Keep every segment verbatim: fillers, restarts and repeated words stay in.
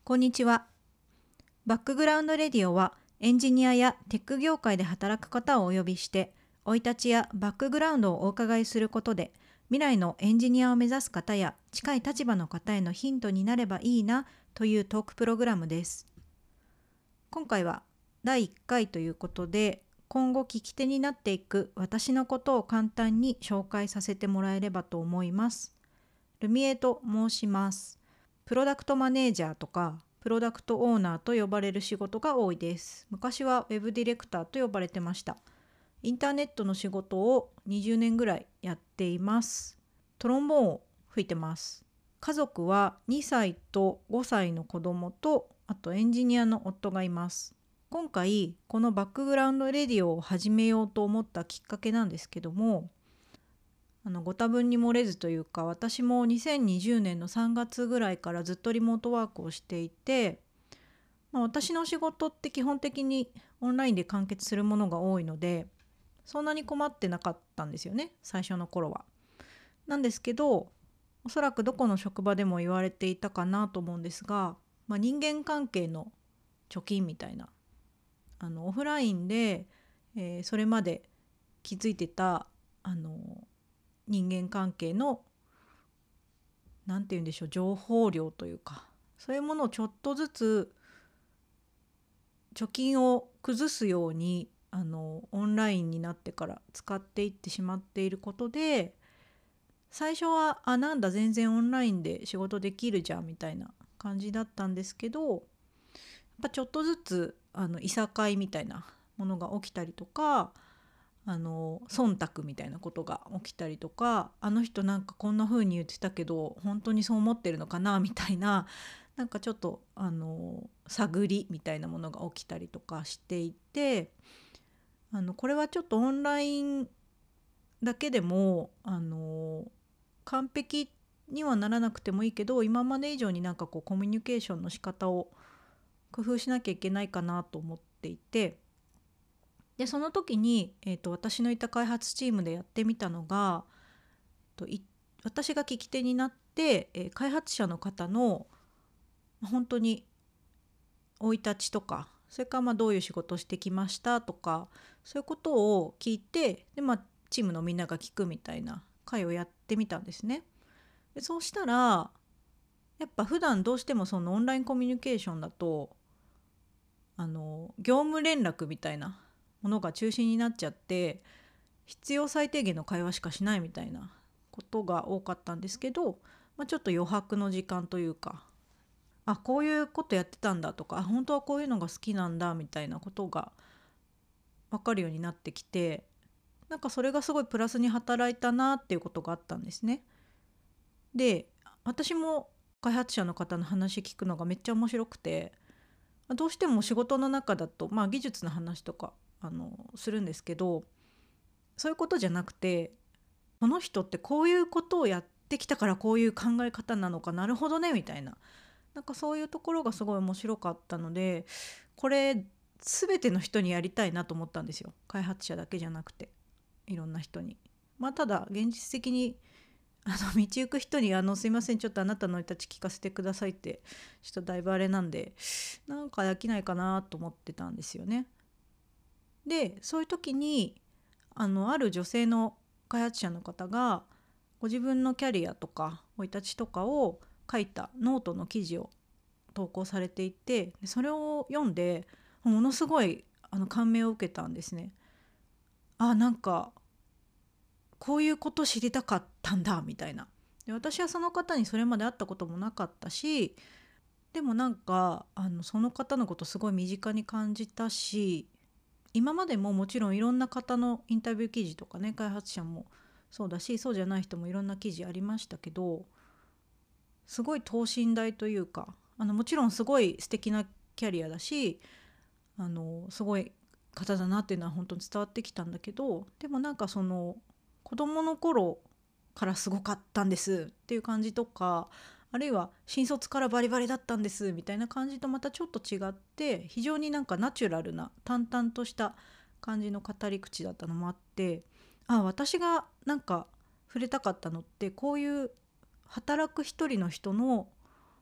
こんにちは。バックグラウンドレディオはエンジニアやテック業界で働く方をお呼びして生い立ちやバックグラウンドをお伺いすることで未来のエンジニアを目指す方や近い立場の方へのヒントになればいいなというトークプログラムです。今回はだいいっかいということで今後聞き手になっていく私のことを簡単に紹介させてもらえればと思います。ルミエと申します。プロダクトマネージャーとかプロダクトオーナーと呼ばれる仕事が多いです。昔はウェブディレクターと呼ばれてました。インターネットの仕事をにじゅうねんぐらいやっています。トロンボーンを吹いてます。家族はにさいとごさいの子供と、あとエンジニアの夫がいます。今回このバックグラウンドレディオを始めようと思ったきっかけなんですけども、あのご多分に漏れずというか、私もにせんにじゅうねんのさんがつぐらいからずっとリモートワークをしていて、まあ、私の仕事って基本的にオンラインで完結するものが多いのでそんなに困ってなかったんですよね、最初の頃は。なんですけど、おそらくどこの職場でも言われていたかなと思うんですが、まあ、人間関係の貯金みたいな、あのオフラインで、えーそれまで築いてたあの人間関係のなんて言うんでしょう、情報量というか、そういうものをちょっとずつ貯金を崩すようにあのオンラインになってから使っていってしまっていることで、最初はあなんだ全然オンラインで仕事できるじゃんみたいな感じだったんですけど、やっぱちょっとずつあのいさかいみたいなものが起きたりとか、あの忖度みたいなことが起きたりとか、あの人なんかこんな風に言ってたけど本当にそう思ってるのかなみたいな、なんかちょっとあの探りみたいなものが起きたりとかしていて、あのこれはちょっとオンラインだけでもあの完璧にはならなくてもいいけど、今まで以上になんかこうコミュニケーションの仕方を工夫しなきゃいけないかなと思っていて、でその時に、えーと、私のいた開発チームでやってみたのが、とい私が聞き手になって、えー開発者の方の本当に生い立ちとか、それからまあどういう仕事をしてきましたとか、そういうことを聞いて、で、まあ、チームのみんなが聞くみたいな会をやってみたんですね。でそうしたらやっぱ普段どうしてもそのオンラインコミュニケーションだとあの業務連絡みたいなものが中心になっちゃって、必要最低限の会話しかしないみたいなことが多かったんですけど、まあ、ちょっと余白の時間というか、あこういうことやってたんだとか、あ本当はこういうのが好きなんだみたいなことが分かるようになってきて、なんかそれがすごいプラスに働いたなっていうことがあったんですね。で私も開発者の方の話聞くのがめっちゃ面白くて、どうしても仕事の中だと、まあ、技術の話とかあのするんですけど、そういうことじゃなくて、この人ってこういうことをやってきたからこういう考え方なのか、なるほどねみたいな、なんかそういうところがすごい面白かったので、これ全ての人にやりたいなと思ったんですよ。開発者だけじゃなくていろんな人に。まあただ現実的にあの道行く人にあのすいませんちょっとあなたの生い立ち聞かせてくださいってちょっとだいぶあれなんで、なんかできないかなと思ってたんですよね。でそういう時にあのある女性の開発者の方がご自分のキャリアとか生い立ちとかを書いたノートの記事を投稿されていて、でそれを読んでものすごいあの感銘を受けたんですね。あなんかこういうこと知りたかったんだみたいな。で私はその方にそれまで会ったこともなかったし、でもなんかあのその方のことすごい身近に感じたし、今までももちろんいろんな方のインタビュー記事とかね、開発者もそうだしそうじゃない人もいろんな記事ありましたけど、すごい等身大というか、あのもちろんすごい素敵なキャリアだし、あのすごい方だなっていうのは本当に伝わってきたんだけど、でもなんかその子供の頃からすごかったんですっていう感じとか、あるいは新卒からバリバリだったんですみたいな感じとまたちょっと違って、非常になんかナチュラルな淡々とした感じの語り口だったのもあって、あ私がなんか触れたかったのってこういう働く一人の人の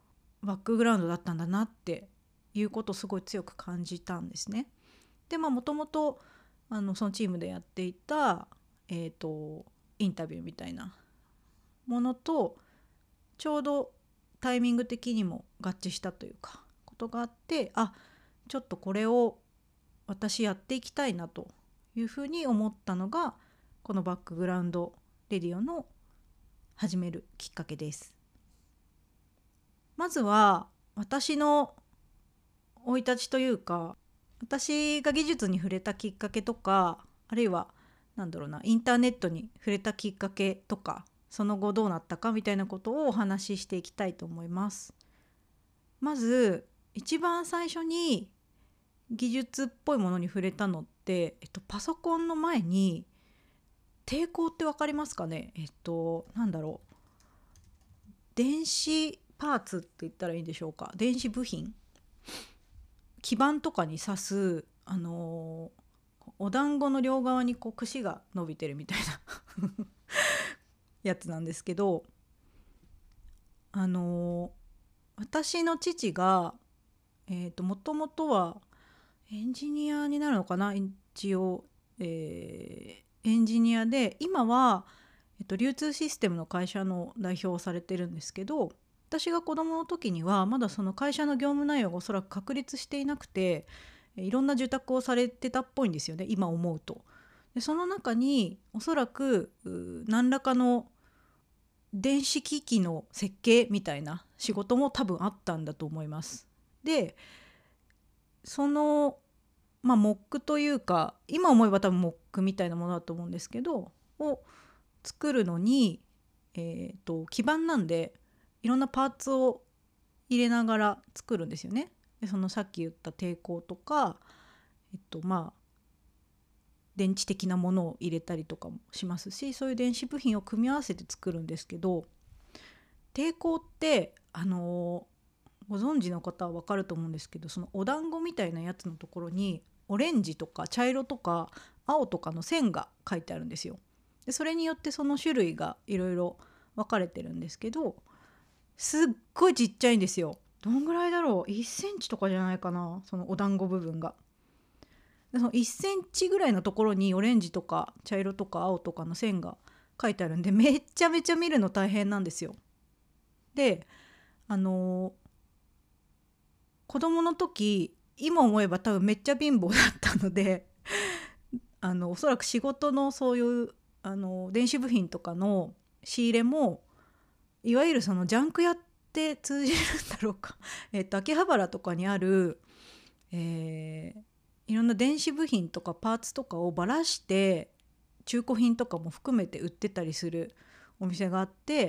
バックグラウンドだったんだなっていうことをすごい強く感じたんですね。でまあもともとあのそのチームでやっていた、えーと、インタビューみたいなものとちょうどタイミング的にも合致したというかことがあって、あちょっとこれを私やっていきたいなというふうに思ったのがこのバックグラウンドレディオの始めるきっかけです。まずは私の生い立ちというか、私が技術に触れたきっかけとか、あるいはなんだろうなインターネットに触れたきっかけとか、その後どうなったかみたいなことをお話ししていきたいと思います。まず一番最初に技術っぽいものに触れたのって、えっと、パソコンの前に抵抗って分かりますかね。えっとなんだろう電子パーツって言ったらいいんでしょうか。電子部品、基板とかに刺すあのー、お団子の両側にこう串が伸びてるみたいなやつなんですけど、あのー、私の父がえーともともとはエンジニアになるのかな、一応、えーエンジニアで今は、えっと、流通システムの会社の代表をされてるんですけど、私が子どもの時にはまだその会社の業務内容がおそらく確立していなくて、いろんな受託をされてたっぽいんですよね、今思うと。でその中におそらく何らかの電子機器の設計みたいな仕事も多分あったんだと思います。でそのまあモックというか、今思えば多分モックみたいなものだと思うんですけどを作るのに、えーと基板なんでいろんなパーツを入れながら作るんですよね。でそのさっき言った抵抗とか、えっとまあ電池的なものを入れたりとかもしますし、そういう電子部品を組み合わせて作るんですけど、抵抗ってあのご存知の方は分かると思うんですけど、そのお団子みたいなやつのところにオレンジとか茶色とか青とかの線が書いてあるんですよ。でそれによってその種類がいろいろ分かれてるんですけど、すっごいちっちゃいんですよ。どんぐらいだろう、いっセンチとかじゃないかな、そのお団子部分が。でそのいっセンチぐらいのところにオレンジとか茶色とか青とかの線が書いてあるんで、めっちゃめちゃ見るの大変なんですよ。であのー子供の時、今思えば多分めっちゃ貧乏だったのであのおそらく仕事のそういうあの電子部品とかの仕入れもいわゆるそのジャンク屋って通じるんだろうかえっと秋葉原とかにある、えーいろんな電子部品とかパーツとかをばらして中古品とかも含めて売ってたりするお店があって、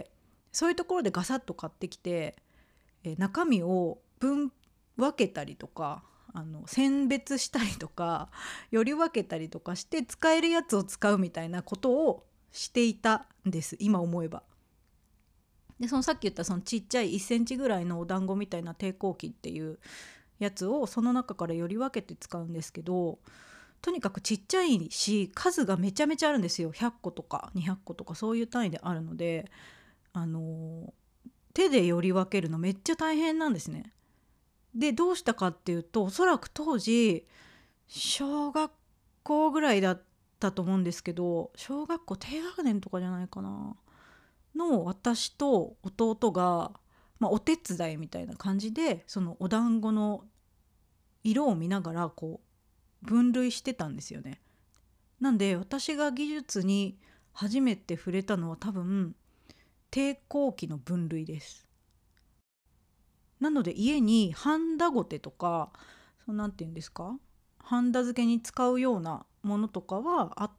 そういうところでガサッと買ってきて、えー中身を分分けたりとか、あの選別したりとかより分けたりとかして使えるやつを使うみたいなことをしていたんです、今思えば。でそのさっき言ったそのちっちゃいいっセンチぐらいのお団子みたいな抵抗器っていうやつをその中からより分けて使うんですけど、とにかくちっちゃいし数がめちゃめちゃあるんですよ。ひゃっことかにひゃっことかそういう単位であるので、あの手でより分けるのめっちゃ大変なんですね。でどうしたかっていうと、おそらく当時小学校ぐらいだったと思うんですけど、小学校低学年とかじゃないかなの私と弟が、まあ、お手伝いみたいな感じでそのお団子の色を見ながらこう分類してたんですよね。なんで私が技術に初めて触れたのは多分抵抗器の分類です。なので家にハンダゴテとか、そうなんて言うんですか、ハンダ付けに使うようなものとかはあって、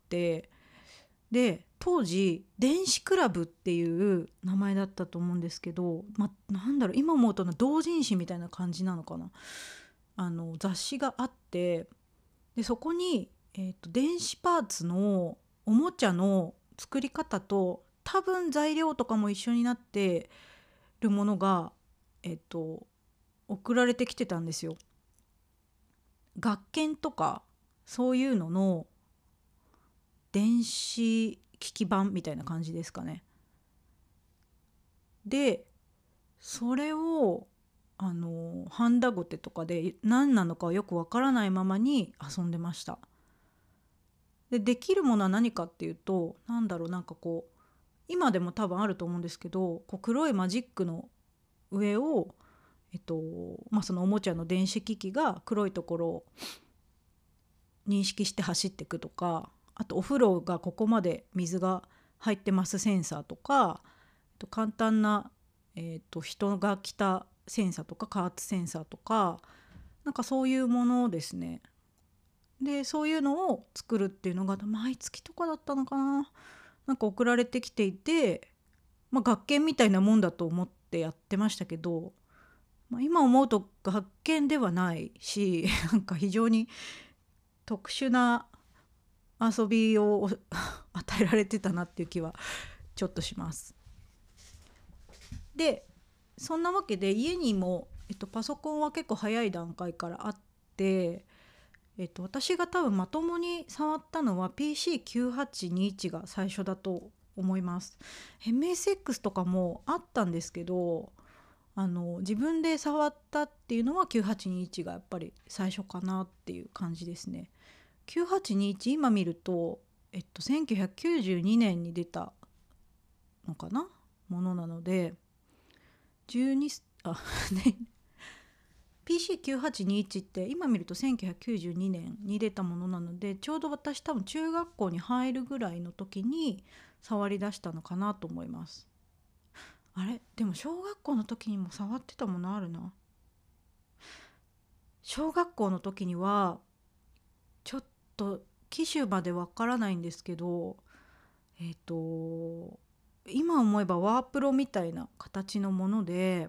で当時電子クラブっていう名前だったと思うんですけど、まあ、なんだろう今思うと同人誌みたいな感じなのかな、あの雑誌があって、でそこに、えーと、電子パーツのおもちゃの作り方と多分材料とかも一緒になってるものが、えっと、送られてきてたんですよ。学研とかそういうのの電子機器版みたいな感じですかね。でそれをあのハンダゴテとかで何なのかよくわからないままに遊んでました。でできるものは何かっていうと、なんだろう、なんかこう今でも多分あると思うんですけど、こう黒いマジックの上を、えっとまあ、そのおもちゃの電子機器が黒いところを認識して走っていくとか、あとお風呂がここまで水が入ってますセンサーとか、と簡単な、えー、と人が来たセンサーとか加圧センサーとか、なんかそういうものですね。でそういうのを作るっていうのが毎月とかだったのかな、なんか送られてきていて、まあ、学研みたいなもんだと思ってやってましたけど、まあ、今思うと学研ではないしなんか非常に特殊な遊びを与えられてたなっていう気はちょっとします。でそんなわけで家にも、えっと、パソコンは結構早い段階からあって、えっと、私が多分まともに触ったのは ピーシーきゅうはちにいち が最初だと思います。 エムエスエックス とかもあったんですけど、あの自分で触ったっていうのはきゅうはちにいちがやっぱり最初かなっていう感じですね。きゅうはちにいち今見ると、えっと、せんきゅうひゃくきゅうじゅうにねんに出たのかなものなので、じゅうにあね ピーシーきゅうはちにいち って今見るとせんきゅうひゃくきゅうじゅうにねんに出たものなので、ちょうど私多分中学校に入るぐらいの時に触り出したのかなと思います。あれでも小学校の時にも触ってたものあるな。小学校の時にはちょっと機種までわからないんですけど、えっと今思えばワープロみたいな形のもので、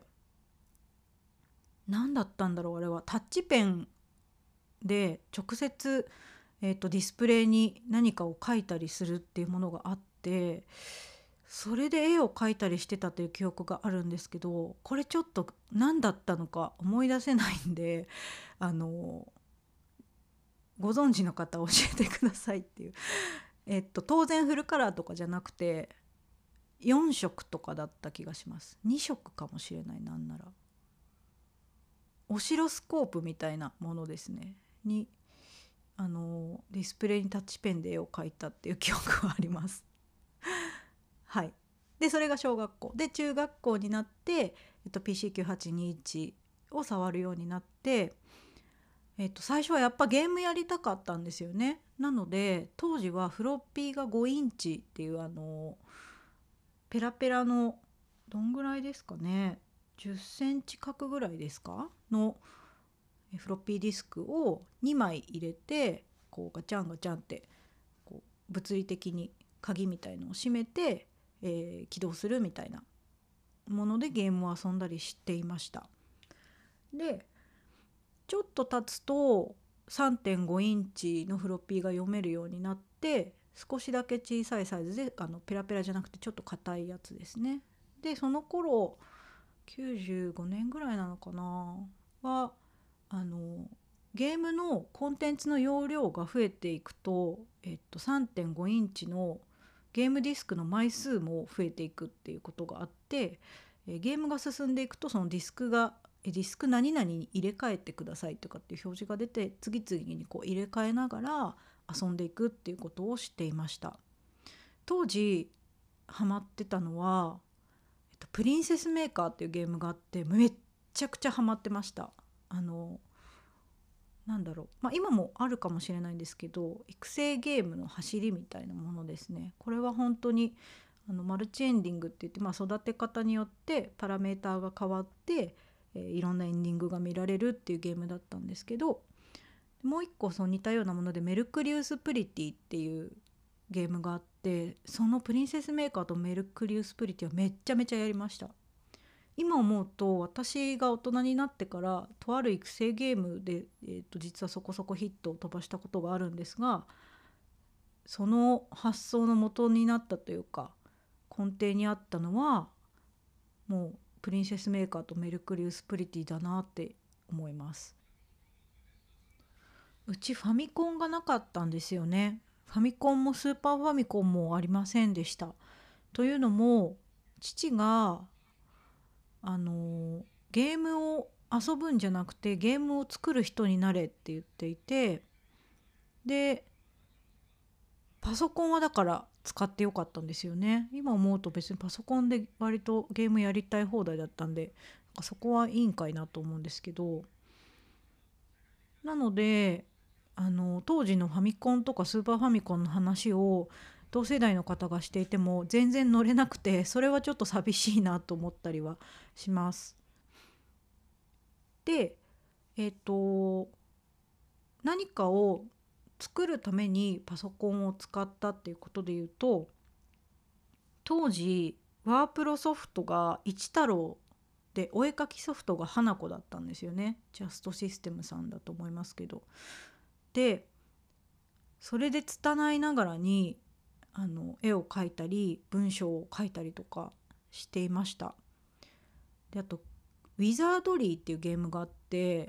何だったんだろうあれは。タッチペンで直接、えーと、ディスプレイに何かを描いたりするっていうものがあって、それで絵を描いたりしてたという記憶があるんですけど、これちょっと何だったのか思い出せないんで、あのご存知の方教えてくださいっていう。えっと当然フルカラーとかじゃなくてよん色とかだった気がします。に色かもしれない。なんならオシロスコープみたいなものですねに、あのディスプレイにタッチペンで絵を描いたっていう記憶はありますはい。でそれが小学校で、中学校になって、えっと、ピーシーきゅうはちにいち を触るようになって、えっと、最初はやっぱゲームやりたかったんですよね。なので当時はフロッピーがごインチっていう、あのペラペラの、どんぐらいですかね、じゅっセンチ角ぐらいですかのフロッピーディスクをにまい入れて、こうガチャンガチャンってこう物理的に鍵みたいのを閉めて、えー起動するみたいなものでゲームを遊んだりしていました。でちょっと経つと さんてんごインチのフロッピーが読めるようになって、少しだけ小さいサイズで、あのペラペラじゃなくてちょっと硬いやつですね。でその頃きゅうじゅうごねんぐらいなのかなは、あのゲームのコンテンツの容量が増えていくと、えっと、さんてんごインチのゲームディスクの枚数も増えていくっていうことがあって、えゲームが進んでいくとそのディスクがえディスク何々に入れ替えてくださいとかっていう表示が出て、次々にこう入れ替えながら遊んでいくっていうことをしていました。当時ハマってたのは、えっと、プリンセスメーカーっていうゲームがあって、めっちゃくちゃハマってました。あのなんだろう、まあ、今もあるかもしれないんですけど、育成ゲームの走りみたいなものですね。これは本当にあのマルチエンディングって言って、まあ、育て方によってパラメーターが変わって、えーいろんなエンディングが見られるっていうゲームだったんですけど、もう一個そう似たようなものでメルクリウスプリティっていうゲームがあって、そのプリンセスメーカーとメルクリウスプリティはめっちゃめちゃやりました。今思うと私が大人になってからとある育成ゲームで、えー、と実はそこそこヒットを飛ばしたことがあるんですが、その発想の元になったというか根底にあったのはもうプリンセスメーカーとメルクリウスプリティだなって思います。うちファミコンがなかったんですよね。ファミコンもスーパーファミコンもありませんでした。というのも父があのゲームを遊ぶんじゃなくてゲームを作る人になれって言っていて、でパソコンはだから使ってよかったんですよね。今思うと別にパソコンで割とゲームやりたい放題だったんで、なんかそこはいいんかいなと思うんですけど、なのであの当時のファミコンとかスーパーファミコンの話を同世代の方がしていても全然乗れなくて、それはちょっと寂しいなと思ったりはします。でえっ、と何かを作るためにパソコンを使ったっていうことで言うと、当時ワープロソフトが一太郎で、お絵かきソフトが花子だったんですよね。ジャストシステムさんだと思いますけど。でそれで拙いながらにあの絵を描いたり文章を書いたりとかしていました。であとウィザードリーっていうゲームがあって、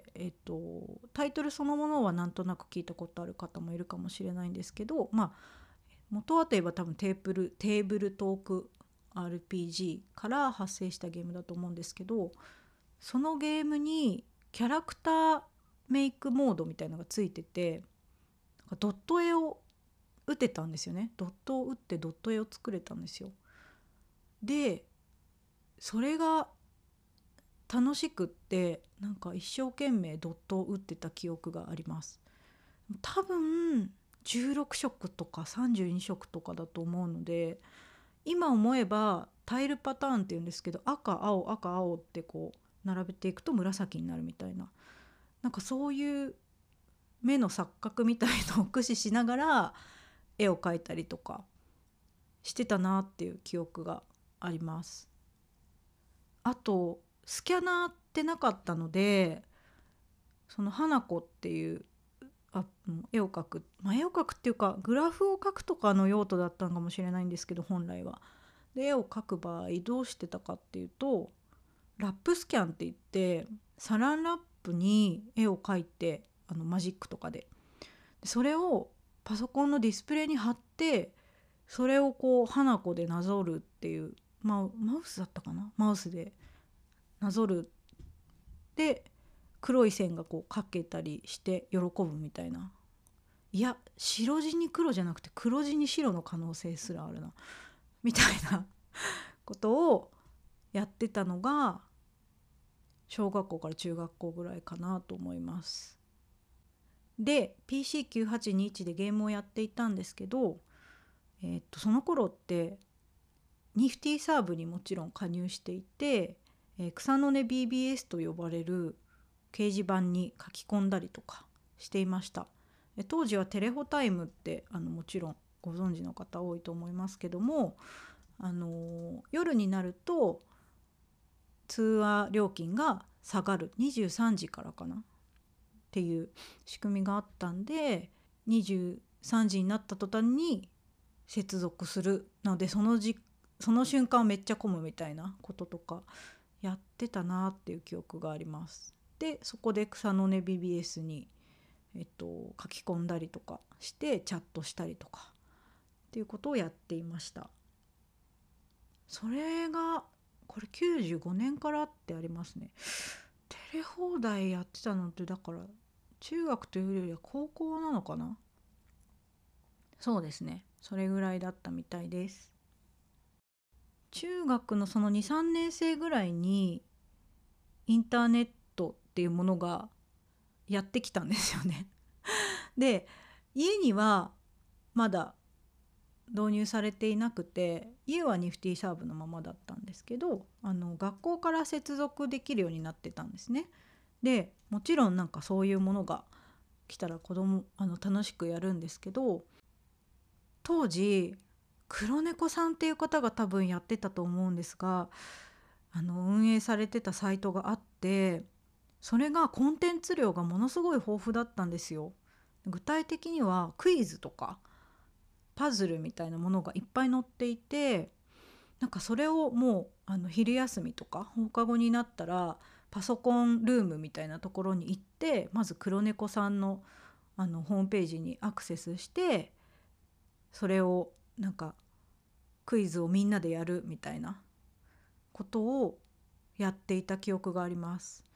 えっと、タイトルそのものはなんとなく聞いたことある方もいるかもしれないんですけど、まあ元はといえば多分テーブルテーブルトーク アールピージー から発生したゲームだと思うんですけど、そのゲームにキャラクターメイクモードみたいなのがついてて、ドット絵を打てたんですよね。ドットを打ってドット絵を作れたんですよ。でそれが楽しくって、なんか一生懸命ドットを打ってた記憶があります。多分じゅうろくしょくとかさんじゅうにしょくとかだと思うので、今思えばタイルパターンっていうんですけど、赤青赤青ってこう並べていくと紫になるみたいな、なんかそういう目の錯覚みたいのを駆使しながら絵を描いたりとかしてたなっていう記憶があります。あとスキャナーってなかったので、その花子っていうあ絵を描く、まあ、絵を描くっていうかグラフを描くとかの用途だったのかもしれないんですけど、本来は。で絵を描く場合どうしてたかっていうと、ラップスキャンって言ってサランラップに絵を描いて、あのマジックとかでそれをパソコンのディスプレイに貼って、それをこう花子でなぞるっていう、マウ、マウスだったかな、マウスでなぞる。で黒い線がこう描けたりして喜ぶみたいな、いや白地に黒じゃなくて黒地に白の可能性すらあるなみたいなことをやってたのが小学校から中学校ぐらいかなと思います。で ピーシーきゅうはちにいち でゲームをやっていたんですけど、えー、っとその頃ってニフティサーブにもちろん加入していて、えー、草の根 ビービーエス と呼ばれる掲示板に書き込んだりとかしていました。え当時はテレホタイムってあのもちろんご存知の方多いと思いますけども、あのー夜になると通話料金が下がる、にじゅうさんじからかなっていう仕組みがあったんで、にじゅうさんじになった途端に接続するので、そのじその瞬間めっちゃ混むみたいなこととかやってたなっていう記憶があります。でそこで草の根 ビービーエス に、えっと、書き込んだりとかしてチャットしたりとかっていうことをやっていました。それがこれきゅうじゅうごねんからってありますね。テレ放題やってたのってだから中学というよりは高校なのかな。そうですね、それぐらいだったみたいです。中学のそのにさんねん生ぐらいにインターネットっていうものがやってきたんですよね。で家にはまだ導入されていなくて、家はニフティサーブのままだったんですけど、あの学校から接続できるようになってたんですね。でもちろんなんかそういうものが来たら子供あの楽しくやるんですけど、当時黒猫さんっていう方が多分やってたと思うんですが、あの運営されてたサイトがあって、それがコンテンツ量がものすごい豊富だったんですよ。具体的にはクイズとかパズルみたいなものがいっぱい載っていて、なんかそれをもうあの昼休みとか放課後になったらパソコンルームみたいなところに行って、まず黒猫さんのあのホームページにアクセスして、それをなんかクイズをみんなでやるみたいなことをやっていた記憶があります。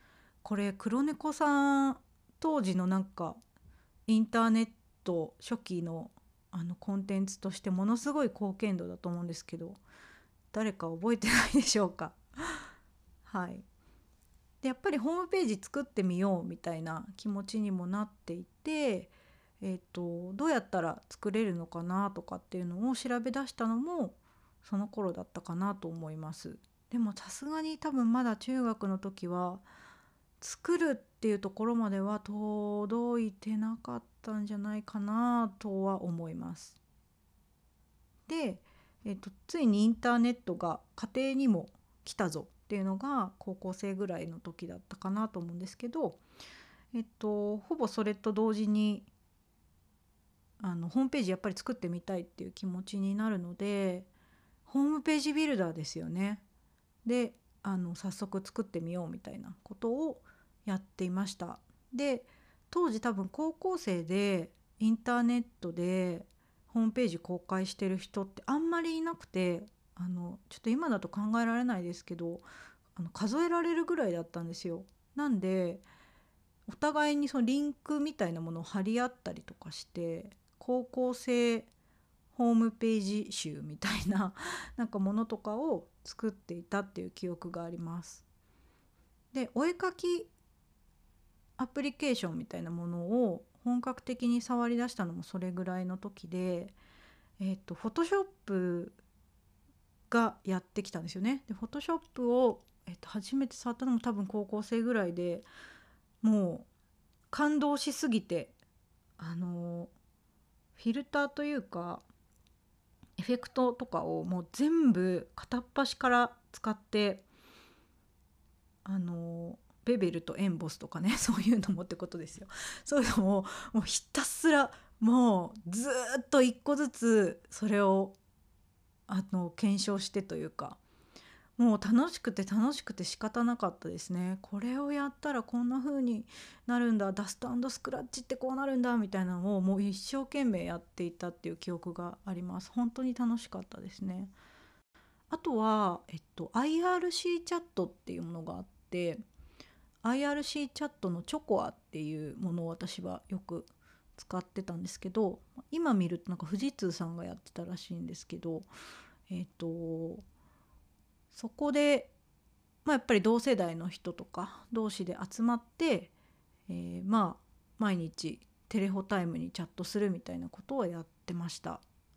これ黒猫さん当時のなんかインターネット初期のあのコンテンツとしてものすごい貢献度だと思うんですけど、誰か覚えてないでしょうか。はい。でやっぱりホームページ作ってみようみたいな気持ちにもなっていて、えーと、どうやったら作れるのかなとかっていうのを調べ出したのもその頃だったかなと思います。でもさすがに多分まだ中学の時は作るっていうところまでは届いてなかったんじゃないかなとは思います。で、えーと、ついにインターネットが家庭にも来たぞっていうのが高校生ぐらいの時だったかなと思うんですけど、えっと、ほぼそれと同時にあのホームページやっぱり作ってみたいっていう気持ちになるので、ホームページビルダーですよね。であの早速作ってみようみたいなことをやっていました。で当時多分高校生でインターネットでホームページ公開してる人ってあんまりいなくて、あのちょっと今だと考えられないですけど、あの数えられるぐらいだったんですよ。なんでお互いにそのリンクみたいなものを貼り合ったりとかして、高校生ホームページ集みたいななんかものとかを作っていたっていう記憶があります。でお絵かきアプリケーションみたいなものを本格的に触り出したのもそれぐらいの時で、えっとフォトショップがやってきたんですよね。でフォトショップを、えっと初めて触ったのも多分高校生ぐらいで、もう感動しすぎて、あのフィルターというかエフェクトとかをもう全部片っ端から使って、あのベベルとエンボスとかね、そういうのもってことですよ。そういうのをもうひたすらもうずっと一個ずつそれをあの検証してというか、もう楽しくて楽しくて仕方なかったですね。これをやったらこんな風になるんだ、ダストスクラッチってこうなるんだみたいなのをもう一生懸命やっていたっていう記憶があります。本当に楽しかったですね。あとは、えっと、アイアールシー チャットっていうものがあって、 アイアールシー チャットのチョコアっていうものを私はよく使ってたんですけど、今見るとなんか富士通さんがやってたらしいんですけど、えっとそこで、まあ、やっぱり同世代の人とか同士で集まって、えー、まあ毎日テレホタイムにチャットするみたいなことをやってました。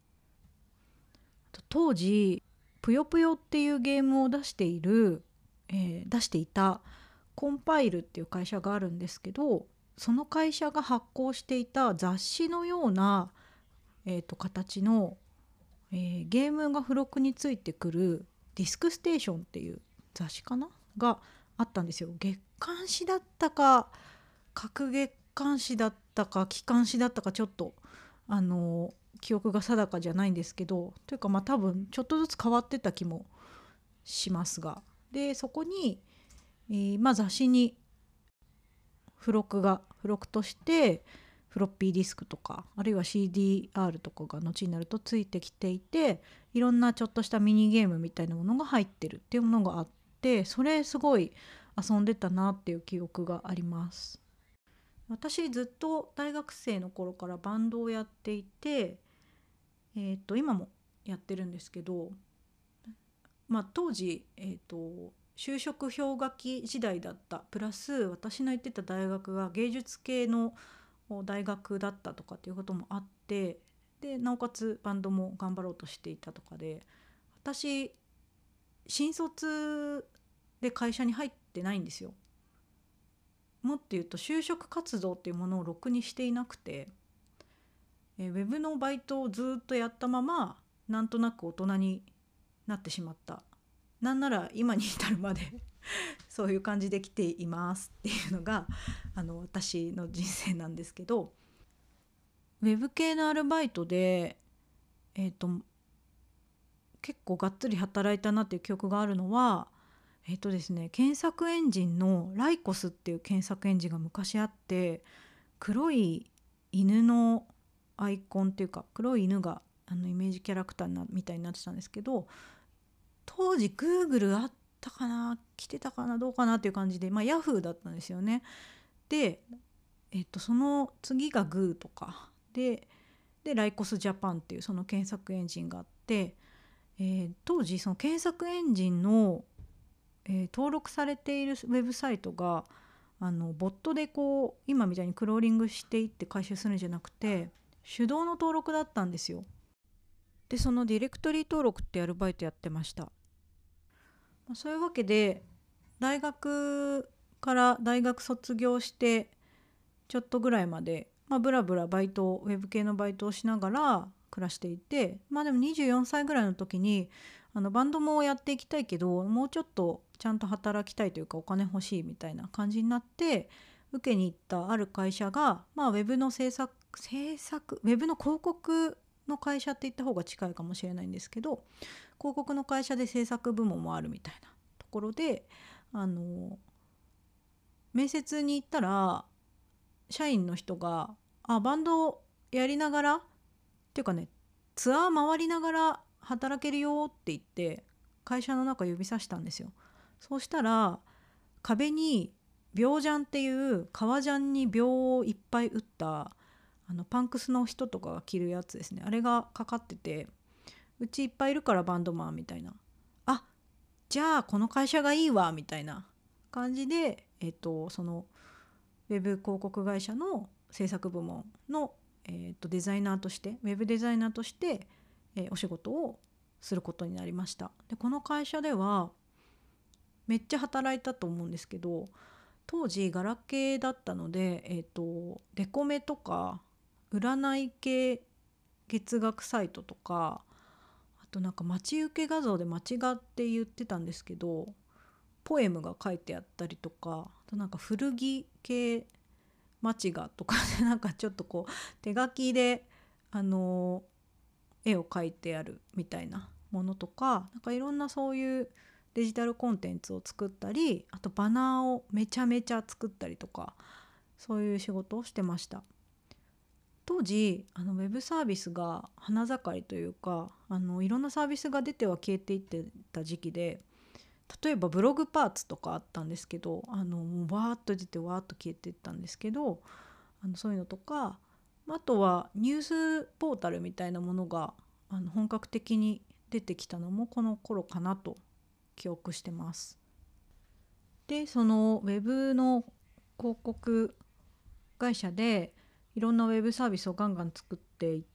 当時ぷよぷよっていうゲームを出している、えー出していたコンパイルっていう会社があるんですけど、その会社が発行していた雑誌のような、えーと形の、えーゲームが付録についてくるディスクステーションっていう雑誌かながあったんですよ。月刊誌だったか各月刊誌だったか期刊誌だったか、ちょっとあの記憶が定かじゃないんですけど、というかまあ多分ちょっとずつ変わってた気もしますが、でそこに、えーまあ、雑誌に付録が付録としてフロッピーディスクとかあるいは シーディーアール とかが後になるとついてきていて、いろんなちょっとしたミニゲームみたいなものが入ってるっていうものがあって、それすごい遊んでたなっていう記憶があります。私ずっと大学生の頃からバンドをやっていて、えー、と今もやってるんですけど、まあ、当時、えー、と就職氷河期時代だったプラス私の行ってた大学が芸術系の大学だったとかっていうこともあって、でなおかつバンドも頑張ろうとしていたとかで、私新卒で会社に入ってないんですよ。もっと言うと就職活動っていうものをろくにしていなくて、えウェブのバイトをずっとやったままなんとなく大人になってしまった。なんなら今に至るまでそういう感じで来ていますっていうのがあの私の人生なんですけど、ウェブ系のアルバイトで、えーと、結構がっつり働いたなっていう記憶があるのは、えっとですね、検索エンジンのライコスっていう検索エンジンが昔あって、黒い犬のアイコンっていうか黒い犬があのイメージキャラクターなみたいになってたんですけど、当時 Google あったかな来てたかなどうかなっていう感じで、まあ、ヤフーだったんですよね。で、えっと、その次がグーとかで、でライコスジャパンっていうその検索エンジンがあって、えー当時その検索エンジンの、えー登録されているウェブサイトがあのボットでこう今みたいにクローリングしていって回収するんじゃなくて手動の登録だったんですよ。でそのディレクトリ登録ってアルバイトやってました。まあ、そういうわけで大学から大学卒業してちょっとぐらいまで、まあ、ブラブラバイトウェブ系のバイトをしながら暮らしていて、まあでもにじゅうよんさいぐらいの時にあのバンドもやっていきたいけどもうちょっとちゃんと働きたいというかお金欲しいみたいな感じになって受けに行ったある会社が、まあ、ウェブの制作制作ウェブの広告の会社って言った方が近いかもしれないんですけど、広告の会社で制作部門もあるみたいなところであの面接に行ったら社員の人があバンドやりながらっていうかねツアー回りながら働けるよって言って会社の中指さしたんですよ。そうしたら壁に秒ジャンっていう革ジャンに秒をいっぱい打ったあのパンクスの人とかが着るやつですね、あれがかかってて、うちいっぱいいるからバンドマンみたいな、あじゃあこの会社がいいわみたいな感じで、えっとそのウェブ広告会社の制作部門の、えっとデザイナーとしてウェブデザイナーとして、えーお仕事をすることになりました。でこの会社ではめっちゃ働いたと思うんですけど、当時ガラケーだったので、えっとレコメとか占い系月額サイトとか、あとなんか待ち受け画像で間違って言ってたんですけどポエムが書いてあったりとか、あとなんか古着系街画とかでなんかちょっとこう手書きであの絵を描いてあるみたいなものとか、なんかいろんなそういうデジタルコンテンツを作ったり、あとバナーをめちゃめちゃ作ったりとか、そういう仕事をしてました。当時あのウェブサービスが花盛りというか、あのいろんなサービスが出ては消えていってた時期で、例えばブログパーツとかあったんですけど、あのもうわーっと出てわーっと消えていったんですけど、あのそういうのとか、あとはニュースポータルみたいなものがあの本格的に出てきたのもこの頃かなと記憶してます。でそのウェブの広告会社でいろんなウェブサービスをガンガン作っていって、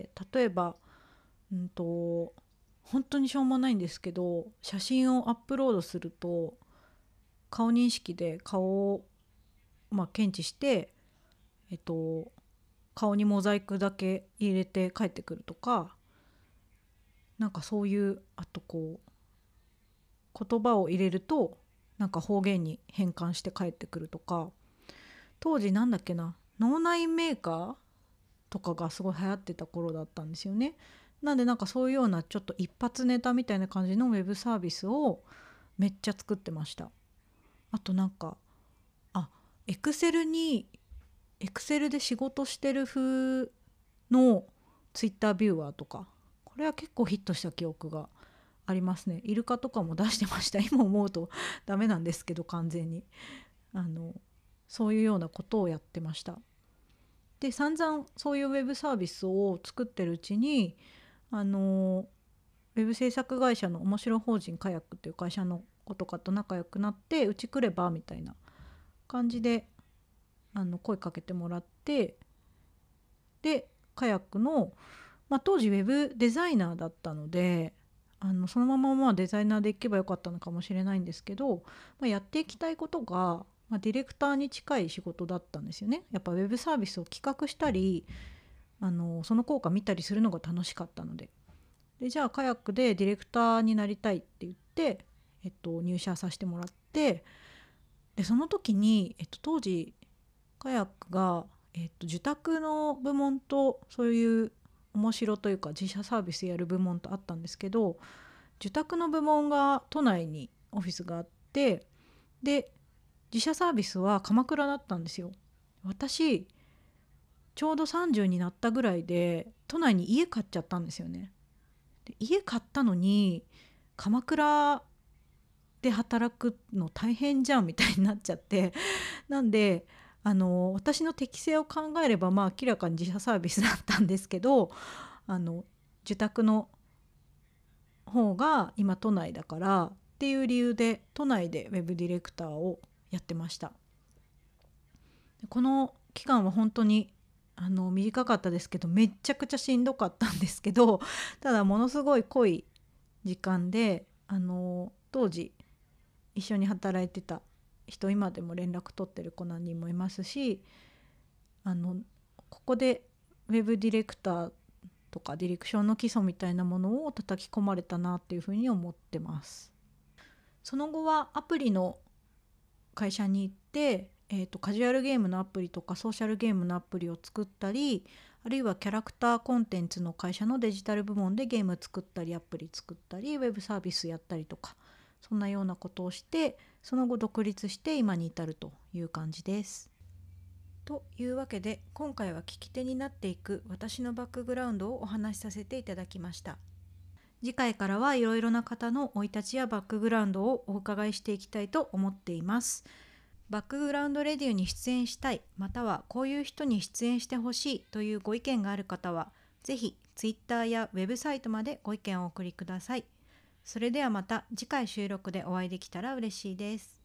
例えばうんと本当にしょうもないんですけど、写真をアップロードすると顔認識で顔を、まあ、検知して、えっと、顔にモザイクだけ入れて帰ってくるとか、なんかそういう、あとこう言葉を入れるとなんか方言に変換して帰ってくるとか、当時なんだっけな、脳内メーカーとかがすごい流行ってた頃だったんですよね。なんでなんかそういうようなちょっと一発ネタみたいな感じのウェブサービスをめっちゃ作ってました。あとなんかあエクセルにエクセルで仕事してる風のツイッタービューワーとか、これは結構ヒットした記憶がありますね。イルカとかも出してました。今思うとダメなんですけど、完全にあのそういうようなことをやってました。で散々そういうウェブサービスを作ってるうちに、あのウェブ制作会社の面白法人カヤックっていう会社の子とかと仲良くなって、うち来ればみたいな感じであの声かけてもらって、でカヤックの、まあ、当時ウェブデザイナーだったので、あのそのまままあデザイナーでいけばよかったのかもしれないんですけど、まあ、やっていきたいことが、まあ、ディレクターに近い仕事だったんですよね。やっぱウェブサービスを企画したり、あのその効果見たりするのが楽しかったので、でじゃあカヤックでディレクターになりたいって言って、えっと、入社させてもらって、でその時に、えっと、当時カヤックが、えっと、受託の部門とそういう面白というか自社サービスやる部門とあったんですけど、受託の部門が都内にオフィスがあって、で自社サービスは鎌倉だったんですよ。私ちょうどさんじゅうになったぐらいで都内に家買っちゃったんですよね。で家買ったのに鎌倉で働くの大変じゃんみたいになっちゃってなんであの私の適性を考えればまあ明らかに自社サービスだったんですけど、あの受託の方が今都内だからっていう理由で都内でウェブディレクターをやってました。この期間は本当にあの短かったですけどめっちゃくちゃしんどかったんですけど、ただものすごい濃い時間で、あの当時一緒に働いてた人今でも連絡取ってる子何人もいますし、あのここでウェブディレクターとかディレクションの基礎みたいなものを叩き込まれたなっていうふうに思ってます。その後はアプリの会社に行って、えーと、カジュアルゲームのアプリとかソーシャルゲームのアプリを作ったり、あるいはキャラクターコンテンツの会社のデジタル部門でゲーム作ったりアプリ作ったりウェブサービスやったりとか、そんなようなことをして、その後独立して今に至るという感じです。というわけで今回は聞き手になっていく私のバックグラウンドをお話しさせていただきました。次回からはいろいろな方の生い立ちやバックグラウンドをお伺いしていきたいと思っています。バックグラウンドレディオに出演したい、またはこういう人に出演してほしいというご意見がある方は、ぜひ Twitter やウェブサイトまでご意見をお送りください。それではまた次回収録でお会いできたら嬉しいです。